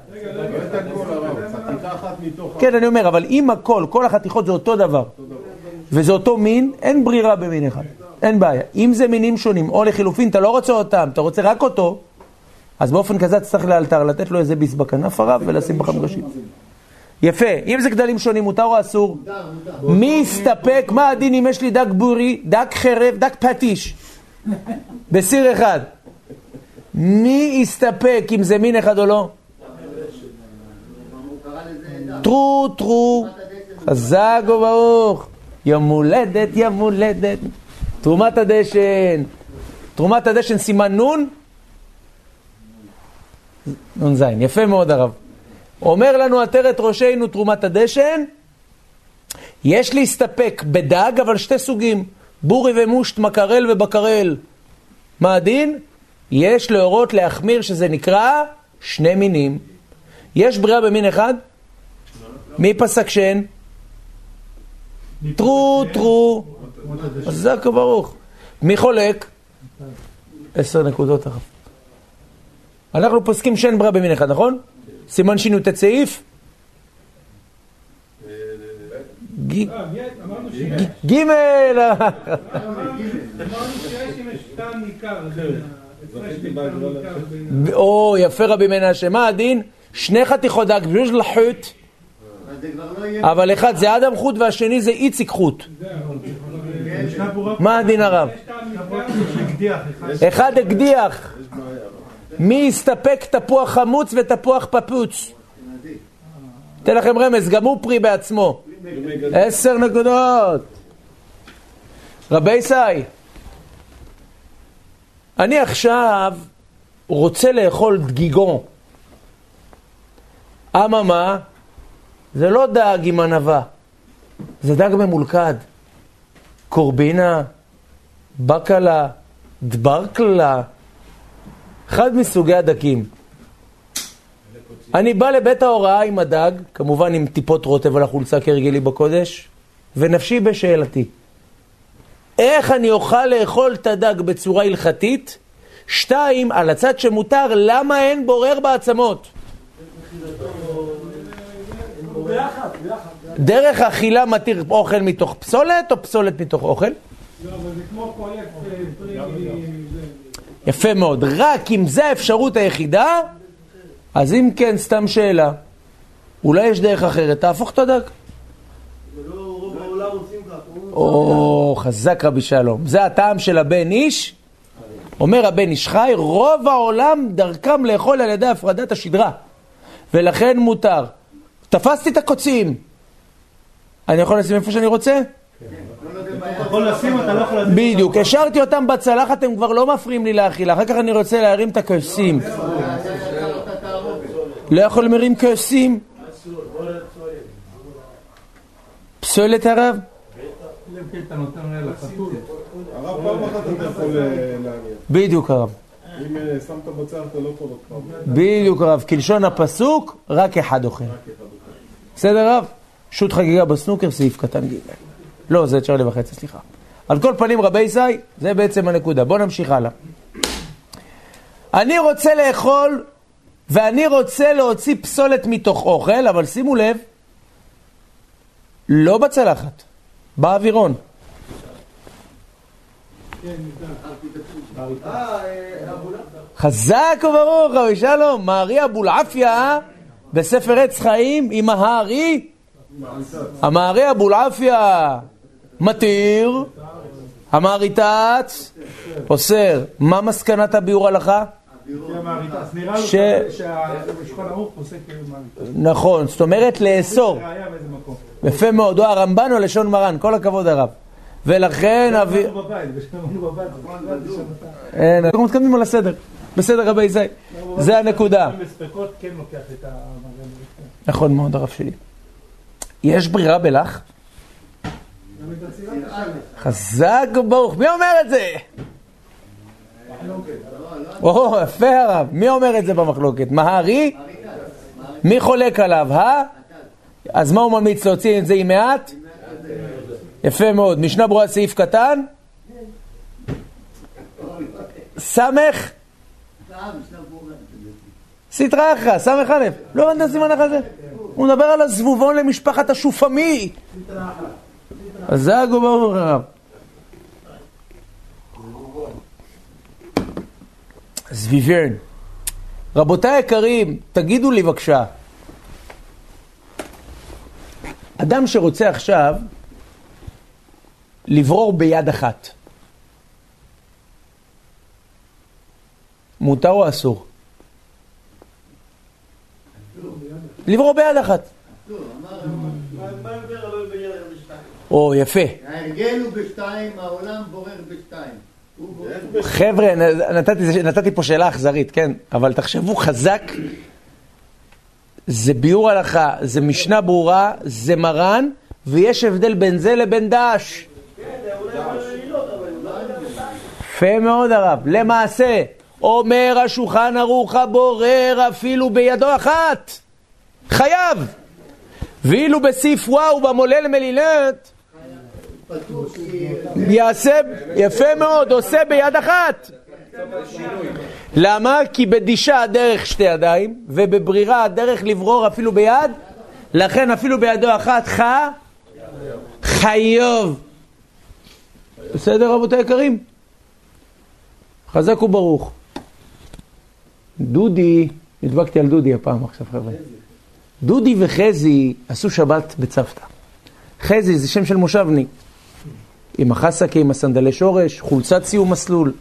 כן, אני אומר, אבל אם הכל, כל החתיכות זה אותו דבר, וזה אותו מין, אין ברירה במין אחד. אין בעיה. אם זה מינים שונים, או לחילופין, אתה לא רוצה אותם, אתה רוצה רק אותו, אז באופן כזה צריך לאלתר, לתת לו איזה ביס בכנף הרב ולשים בחמגשית. יפה. אם זה גדלים שונים, מותר או אסור? מי יסתפק? מה הדין אם יש לי דג בורי, דג חרב, דג פטיש? בסיר אחד. מי יסתפק אם זה מין אחד או לא? טרו. חזק וברוך. יום הולדת, יום הולדת. תרומת הדשן. תרומת הדשן סימן נון? נון זין. יפה מאוד הרב. אומר לנו עטרת ראשנו תרומת הדשן, יש להסתפק בדג, אבל שתי סוגים, בורי ומושט, מקרל ובקרל. מה הדין? יש להורות להחמיר שזה נקרא שני מינים. יש בריאה במין אחד? מי פסק שאין? טרו. חזק וברוך. מי חולק? 10 נקודות הרב. אנחנו פוסקים שאין בריאה במין אחד, נכון? סימן שינו את הסעיף? גימל! אמרנו שיש אם יש טעם ניכר. או, יפה רבי מנשה. מה הדין? 2 חתיכות דג, בשביל לחוט. אבל אחד זה אדם חוט והשני זה איציק חוט. מה הדין הרב? אחד הקדיח. מי יסתפק תפוח חמוץ ותפוח פפוץ? תן לכם רמז, גם הוא פרי בעצמו. 10 נקודות. רבי סי, אני עכשיו רוצה לאכול דגיגון. אממה, זה לא דג עם ענבה, זה דג ממולכד. קורבינה, בקלה, דברקלה, אחד מסוגי הדקים. אני בא לבית ההוראה עם הדג, כמובן עם טיפות רוטב על החולצה כרגלי בקודש, ונפשי בשאלתי. איך אני אוכל לאכול את הדג בצורה הלכתית? 2, על הצד שמותר, למה אין בורר בעצמות? דרך אכילה מתיר אוכל מתוך פסולת או פסולת מתוך אוכל? לא, אבל זה כמו פרויקט פרי. יפה מאוד. רק אם זה האפשרות היחידה, אז אם כן, סתם שאלה. אולי יש דרך אחרת, תהפוך את הדג. זה לא רוב העולם עושים ככה. או, חזק רבי שלום. זה הטעם של הבן איש. אומר הבן איש חי, רוב העולם דרכם לאכול על ידי הפרדת השדרה. ולכן מותר. תפסתי את הקוצים. אני יכול לשים איפה שאני רוצה? אתה יכול לשים, אתה לא יכול לשים. בדיוק, השארתי אותם בצלחת, הם כבר לא מפריעים לי להאכילה. אחר כך אני רוצה להרים את הכוסים. לא יכול להרים כוסים. פסולת הרב? הרב פעם אחת אתה יכול להניח. בדיוק הרב. אם שמת בצל אתה לא יכול עוד פעם. בדיוק הרב, כלשון הפסוק, רק אחד אוכל. בסדר רב? שוט חגיגה בסנוקר, סעיף קטן ג'. לא, זה 9:30, סליחה. על כל פנים רבי סי, זה בעצם הנקודה. בוא נמשיך הלאה. אני רוצה לאכול, ואני רוצה להוציא פסולת מתוך אוכל, אבל שימו לב, לא בצלחת, באווירון. חזק וברוך, רבי שלום, מארי אבולעפיה, בספר עץ חיים, עם ההארי, המארי אבולעפיה מתיר, המאריתץ אוסר. מה מסקנת הביאור הלכה? נראה לו שהשולחן ערוך פוסק מאריתץ. נכון, זאת אומרת לאסור. יפה מאוד, או הרמב"ן או לשון מרן, כל הכבוד הרב. ולכן אנחנו מתקדמים על הסדר. בסדר רבי זי, זה הנקודה. נכון מאוד הרב שלי. יש ברירה בלך? חזק וברוך. מי אומר את זה? או, יפה הרב. מי אומר את זה במחלוקת? מהרי? מי חולק עליו? אז מה הוא ממליץ להוציא את זה עם מעט? יפה מאוד. משנה ברורה סעיף קטן? סמך? סתרא אחרא, סמך א'. לא הבנת סימן אחר זה? הוא מדבר על הזבובון למשפחת השופמי. אז זה הגובר הרב. זביברן. רבותיי היקרים, תגידו לי בבקשה, אדם שרוצה עכשיו לברור ביד אחת, מותר או אסור? לברור ביד אחת. או, יפה. ההרגל הוא בשתיים, העולם בורר בשתיים. חבר'ה, נתתי פה שאלה אכזרית, כן? אבל תחשבו חזק, זה ביור הלכה, זה משנה ברורה, זה מרן, ויש הבדל בין זה לבין דש. יפה מאוד הרב. למעשה, אומר השולחן ערוך הבורר אפילו בידו אחת. חייב. ואילו בסעיף וואו במולל מלילת, יעשה, יפה מאוד, עושה ביד אחת. למה? כי בדישה הדרך שתי ידיים, ובברירה הדרך לברור אפילו ביד, לכן אפילו בידו אחת חייב. בסדר רבותי יקרים? חזק וברוך. דודי, נדבקתי על דודי הפעם עכשיו חבר'ה. דודי וחזי עשו שבת בצוותא. חזי זה שם של מושבני. עם החסקה, עם הסנדלי שורש, חולצת סיום מסלול.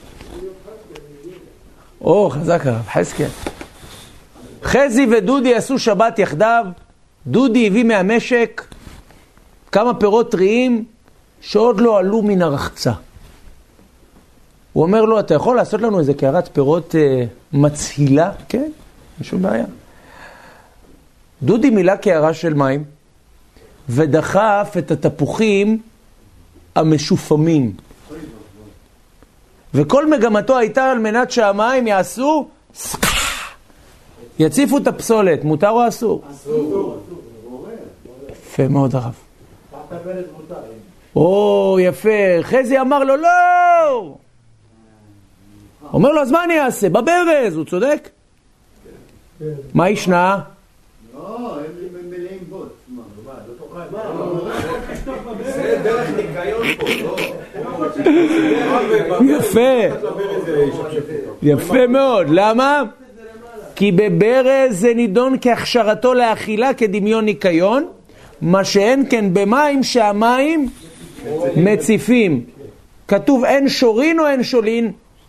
או, חזק הרב, חזקה. חזי ודודי עשו שבת יחדיו. דודי הביא מהמשק כמה פירות טריים שעוד לא עלו מן הרחצה. הוא אומר לו, אתה יכול לעשות לנו איזה קערת פירות מצהילה? כן, אין שום בעיה. דודי מילא קערה של מים ודחף את התפוחים המשופמים. וכל מגמתו הייתה על מנת שהמים יעשו יציפו את הפסולת. מותר או אסור? אסור. יפה מאוד הרב. או, יפה. חזי אמר לו, לא! אומר לו, אז מה אני אעשה? בברז, הוא צודק? מה ישנה? לא, הם מלאים בוט. זה דרך ניקיון פה, לא? יפה מאוד. למה? כי בברז זה נידון כהכשרתו לאכילה כדמיון ניקיון, מה שאין כן במים שהמים מציפים. כתוב אין שורין או אין שולין?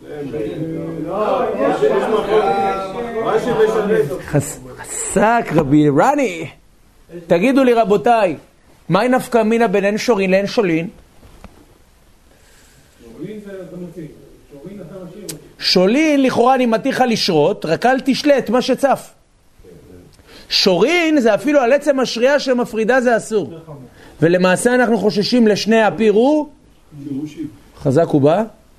חסק רבי רני. תגידו לי רבותיי, מהי נפקא מינה בין אין שורין לאין שולין? שולין לכאורה אני מתיך לשרות, רק אל תשלט מה שצף. שורין זה אפילו על עצם השריעה שמפרידה, זה אסור. ולמעשה אנחנו חוששים לשני הפירו. חזק ובא.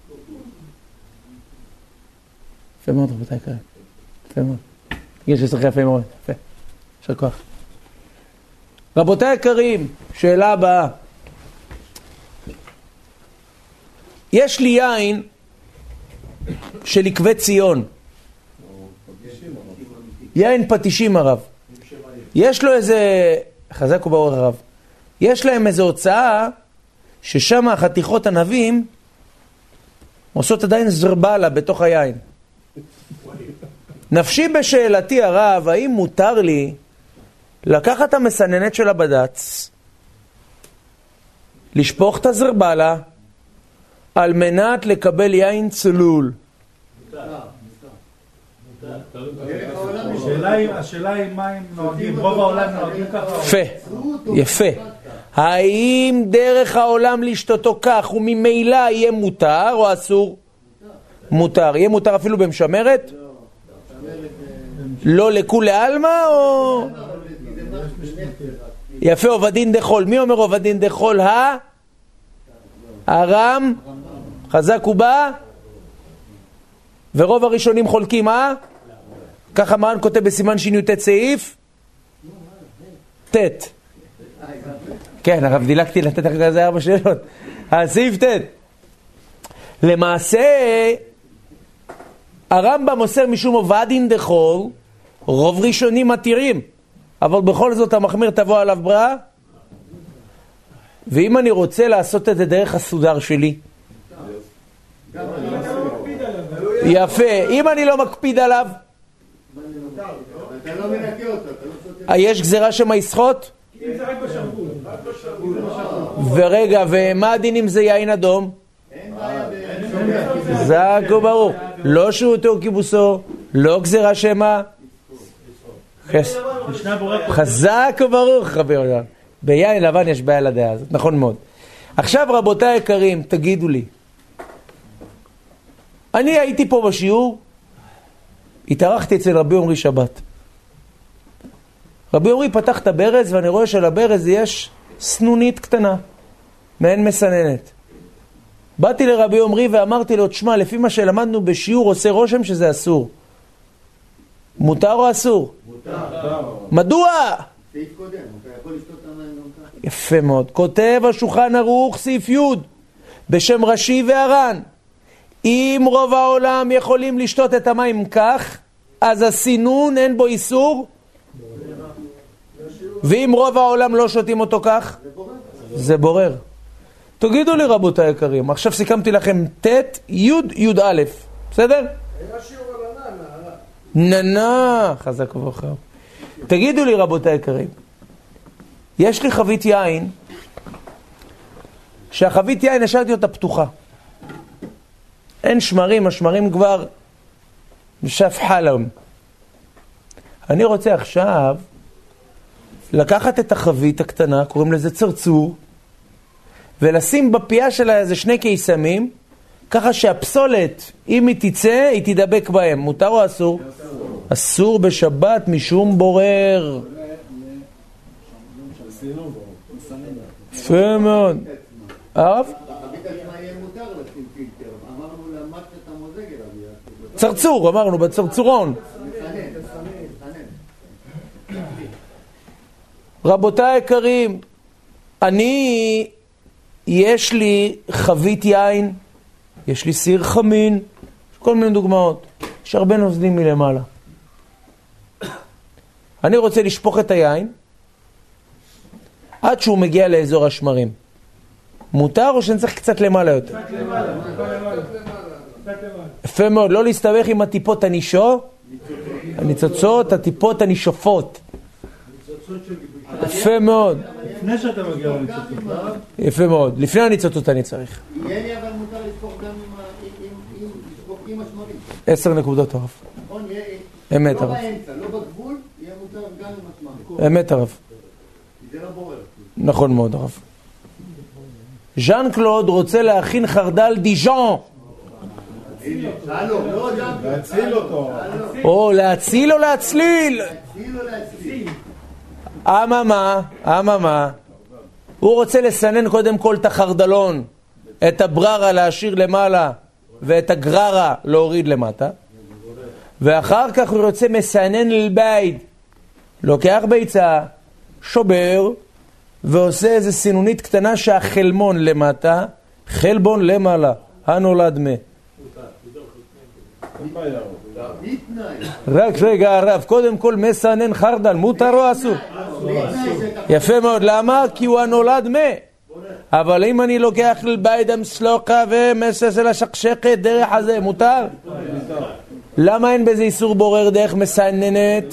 יפה מאוד רבותיי יקרים. יפה מאוד. יש שצריך יפה מאוד. יפה. יישר כוח. רבותיי יקרים, שאלה הבאה. יש לי יין של עקבי ציון. יין פטישים הרב. יש לו איזה, חזק ובאור הרב, יש להם איזו הוצאה ששם החתיכות ענבים עושות עדיין זרבלה בתוך היין. נפשי בשאלתי הרב, האם מותר לי לקחת המסננת של הבד"ץ, לשפוך את הזרבלה על מנת לקבל יין צלול? השאלה היא מה הם נוהגים, רוב העולם נוהגים ככה. יפה. האם דרך העולם לשתותו כך וממילא יהיה מותר או אסור? מותר. יהיה מותר אפילו במשמרת? לא לכולי עלמא או... יפה, עובדין דחול. מי אומר עובדין דחול? הרם? חזק ובא? ורוב הראשונים חולקים מה? ככה מרן כותב בסימן שי"ט סעיף ט'. כן, הרב דילגתי לתת אחרי זה 4 שאלות. סעיף ט'. למעשה הרמב"ם מוסר משום עובדין דחול, רוב ראשונים מתירים, אבל בכל זאת המחמיר תבוא עליו בראה. ואם אני רוצה לעשות את זה דרך הסודר שלי, יפה, אם אני לא מקפיד עליו, יש גזירה שמה ישחות? אם זה רק בשרוול. ורגע, ומה הדין אם זה יין אדום? זק וברוך, לא שהותו כיבוסו, לא גזירה שמה חזק וברוך. ביין לבן יש בעיה לדעה הזאת, נכון מאוד. עכשיו רבותיי היקרים, תגידו לי, אני הייתי פה בשיעור, התארחתי אצל רבי עומרי שבת. רבי עומרי פתח את הברז ואני רואה שעל הברז יש סנונית קטנה, מעין מסננת. באתי לרבי עומרי ואמרתי לו, תשמע, לפי מה שלמדנו בשיעור עושה רושם שזה אסור. מותר או אסור? מותר. מדוע? סעיף קודם, אתה יכול לשתות את המים גם ככה. יפה מאוד. כותב השולחן ערוך סעיף י' בשם רש"י והר"ן, אם רוב העולם יכולים לשתות את המים כך, אז הסינון אין בו איסור, ואם רוב העולם לא שותים אותו כך, זה בורר. תגידו לי רבותיי היקרים, עכשיו סיכמתי לכם ת' י' י' א', בסדר? היה שיעור על ננה, חזק וברכה. תגידו לי רבותיי היקרים, יש לי חבית יין, שהחבית יין השארתי אותה פתוחה, אין שמרים, השמרים כבר שפחה להם. אני רוצה עכשיו לקחת את החבית הקטנה, קוראים לזה צרצור, ולשים בפייה שלה איזה 2 קיסמים, ככה שהפסולת, אם היא תצא, היא תדבק בהם. מותר או אסור? אסור בשבת משום בורר. יפה מאוד. הרב? צרצור, אמרנו, בצרצורון. רבותיי היקרים, יש לי חבית יין, יש לי סיר חמין, כל מיני דוגמאות. יש הרבה נוזלים מלמעלה. אני רוצה לשפוך את היין עד שהוא מגיע לאזור השמרים. מותר או שאני צריך קצת למעלה יותר? קצת למעלה. יפה מאוד, לא להסתבך עם הטיפות הניצוצות, הטיפות הנישופות. יפה מאוד. לפני שאתה מגיע לניצוצות. יפה מאוד, לפני הניצוצות אני צריך. יהיה לי אבל מותר לשפוך גם עם השמרים. 10 נקודות הרב. נכון, יהיה... אמת לא הרב. באמצע, לא בגבול, יהיה מותר גם עם השמרים. אמת הרב. זה לא בורר. נכון מאוד הרב. ז'אן קלוד רוצה להכין חרדל דיז'ון. להציל אותו. או להציל או להצליל. אממה. הוא רוצה לסנן קודם כל את החרדלון, את הבררה להשאיר למעלה ואת הגררה להוריד למטה, ואחר כך הוא רוצה מסנן לבית, לוקח ביצה, שובר ועושה איזה סינונית קטנה שהחלמון למטה, חלבון למעלה, הנולד מה. רק רגע הרב, קודם כל מסנן חרדל, מותר או אסור? יפה מאוד, למה? כי הוא הנולד מה. אבל אם אני לוקח לבית המסלוקה ומסס אל השקשקת דרך הזה, מותר? למה אין בזה איסור בורר דרך מסננת?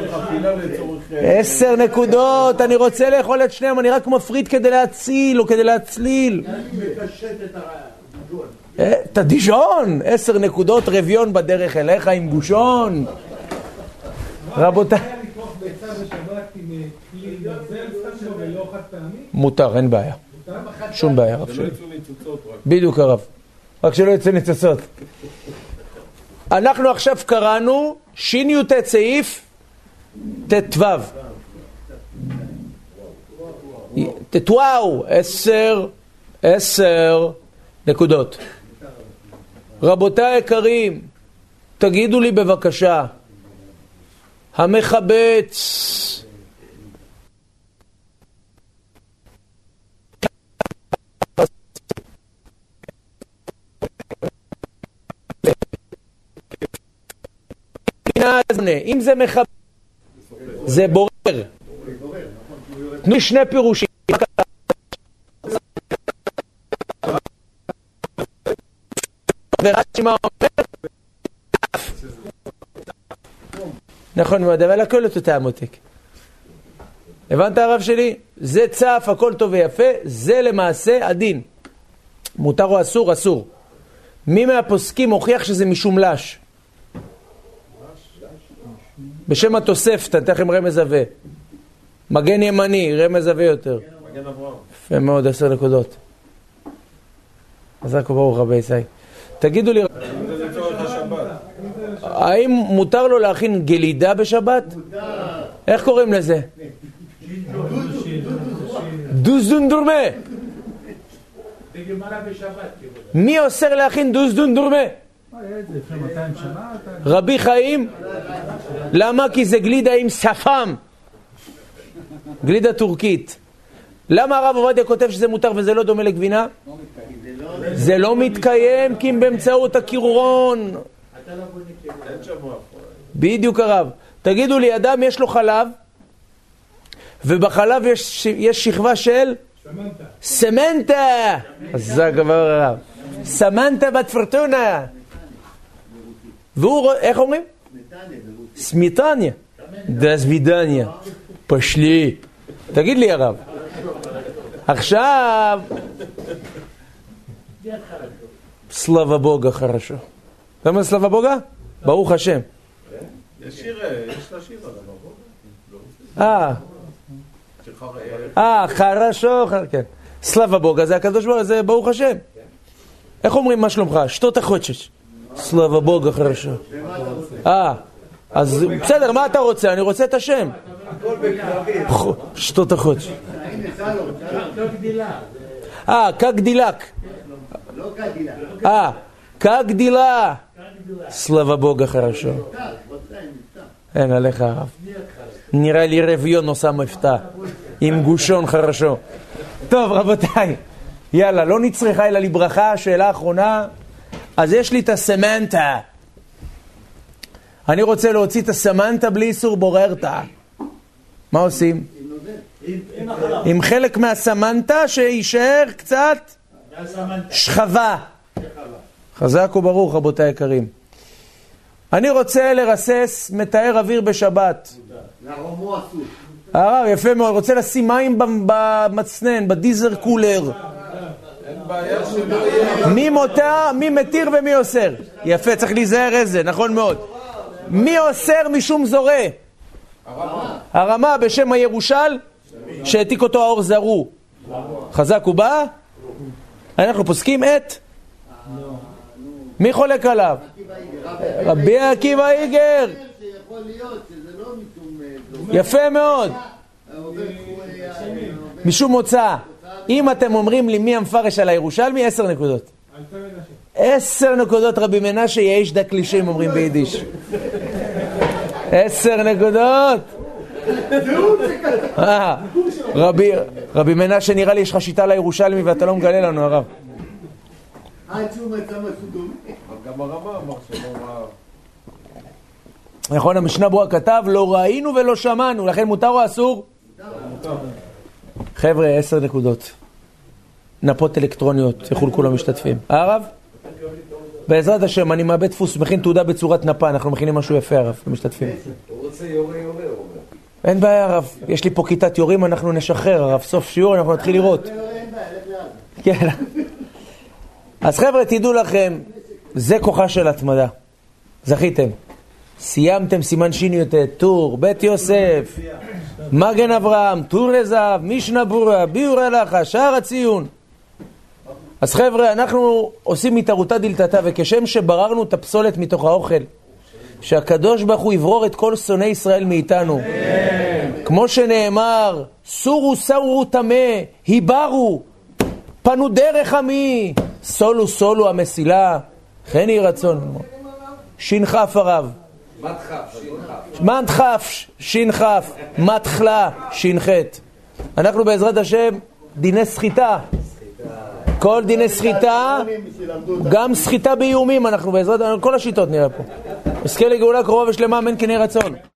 10 נקודות, אני רוצה לאכול את שניהם, אני רק מפריד כדי להציל או כדי להצליל. את הדיז'ון, 10 נקודות, רביון בדרך אליך עם גושון. רבותיי, מותר, אין בעיה, שום בעיה רב שלי. בדיוק הרב, רק שלא יצא ניצוצות. אנחנו עכשיו קראנו שי"ט סעיף ט"ו. ט"ו, 10 נקודות. רבותיי היקרים, תגידו לי בבקשה, המחבץ אם זה מחבץ זה בורר. תנו שני פירושים. ורש"י מה אומר? נכון מאוד, אבל הכל אותו תעמותק. הבנת הרב שלי? זה צף, הכל טוב ויפה, זה למעשה הדין. מותר או אסור? אסור. מי מהפוסקים הוכיח שזה משומלש? בשם התוספתא, נתן לכם רמז עבה. מגן ימני, רמז עבה יותר. מגן אברהם. יפה מאוד, 10 נקודות. חזק וברוך רבי ישי. תגידו לי, האם מותר לו להכין גלידה בשבת? איך קוראים לזה? דוזדון דורמה. מי אוסר להכין דוזדון דורמה? רבי חיים. למה? כי זה גלידה עם שפם, גלידה טורקית. למה הרב עובדיה כותב שזה מותר וזה לא דומה לגבינה? זה לא מתקיים כי אם באמצעות הקירורון. בדיוק הרב. תגידו לי, אדם יש לו חלב ובחלב יש שכבה של סמנטה. אז זה כבר הרב, סמנטה בתפרטונה. והוא, איך אומרים? סמיטניה. דסבידניה. פשלי. תגיד לי הרב, עכשיו סלאבה בוגה חרשו. למה סלאבה בוגה? ברוך השם. יש שיר, יש לה שיר על הבוגה. חרשו, כן. סלאבה בוגה זה הקדוש ברוך הוא, זה ברוך השם. איך אומרים מה שלומך? שתות החודשש. סלאבה בוגה חרשו. אז בסדר, מה אתה רוצה? אני רוצה את השם. שתות החודש. כגדילק. כגדילה. סלאבה בוגה חרשו. אין עליך הרב. נראה לי רביון עושה מבטא עם גושון חרשו. טוב רבותיי, יאללה, לא נצריכה אלא לברכה. שאלה האחרונה. אז יש לי את הסמנטה. אני רוצה להוציא את הסמנטה בלי איסור בוררתא. מה עושים? עם חלק מהסמנטה שישאר קצת שכבה. חזק וברוך רבותיי יקרים. אני רוצה לרסס מתאר אוויר בשבת. הרב יפה מאוד, רוצה לשים מים במצנן, בדיזר קולר. מי מותר, מי מתיר ומי אוסר. יפה, צריך להיזהר איזה, נכון מאוד. מי אוסר משום זורה? הרמה בשם הירושל שהעתיק אותו האור זרו. חזק ובא. אנחנו פוסקים את מי חולק עליו? רבי עקיבא איגר. יפה מאוד. משום מוצא. אם אתם אומרים לי מי המפרש על הירושלמי, 10 נקודות. 10 נקודות רבי מנשה יש דקלישים אומרים ביידיש. 10 נקודות. רבי מנשה נראה לי יש לך שיטה לירושלמי ואתה לא מגלה לנו הרב. גם הרמה אמר שלא ראה. נכון, המשנה ברורה כתב לא ראינו ולא שמענו, לכן מותר או אסור? מותר. חבר'ה, 10 נקודות. נפות אלקטרוניות יחולקו למשתתפים. הרב? בעזרת השם, אני מאבד דפוס, מכין תעודה בצורת נפה, אנחנו מכינים משהו יפה הרב, למשתתפים. הוא רוצה יורה, אין בעיה הרב, יש לי פה כיתת יורים, אנחנו נשחרר הרב, סוף שיעור אנחנו נתחיל לראות. כן. אז חבר'ה, תדעו לכם, זה כוחה של התמדה. זכיתם. סיימתם סימן שי"ט, טור, בית יוסף, מגן אברהם, טור לזהב, משנה ברורה, ביאור הלכה, שער הציון. אז חבר'ה, אנחנו עושים מתערותא דלתתא, וכשם שבררנו את הפסולת מתוך האוכל, שהקדוש ברוך הוא יברור את כל שונאי ישראל מאיתנו. כמו שנאמר, סורו סורו תמה, היברו, פנו דרך עמי, סולו סולו המסילה, כן יהי רצון. שנחף הרב. מתחף, שנחף, מתחלה, שנחת. אנחנו בעזרת השם דיני סחיטה. כל דיני סחיטה, גם סחיטה באיומים אנחנו בעזרת, כל השיטות נראה פה. עסקי לגאולה קרובה ושלמה, אמן כן יהי רצון.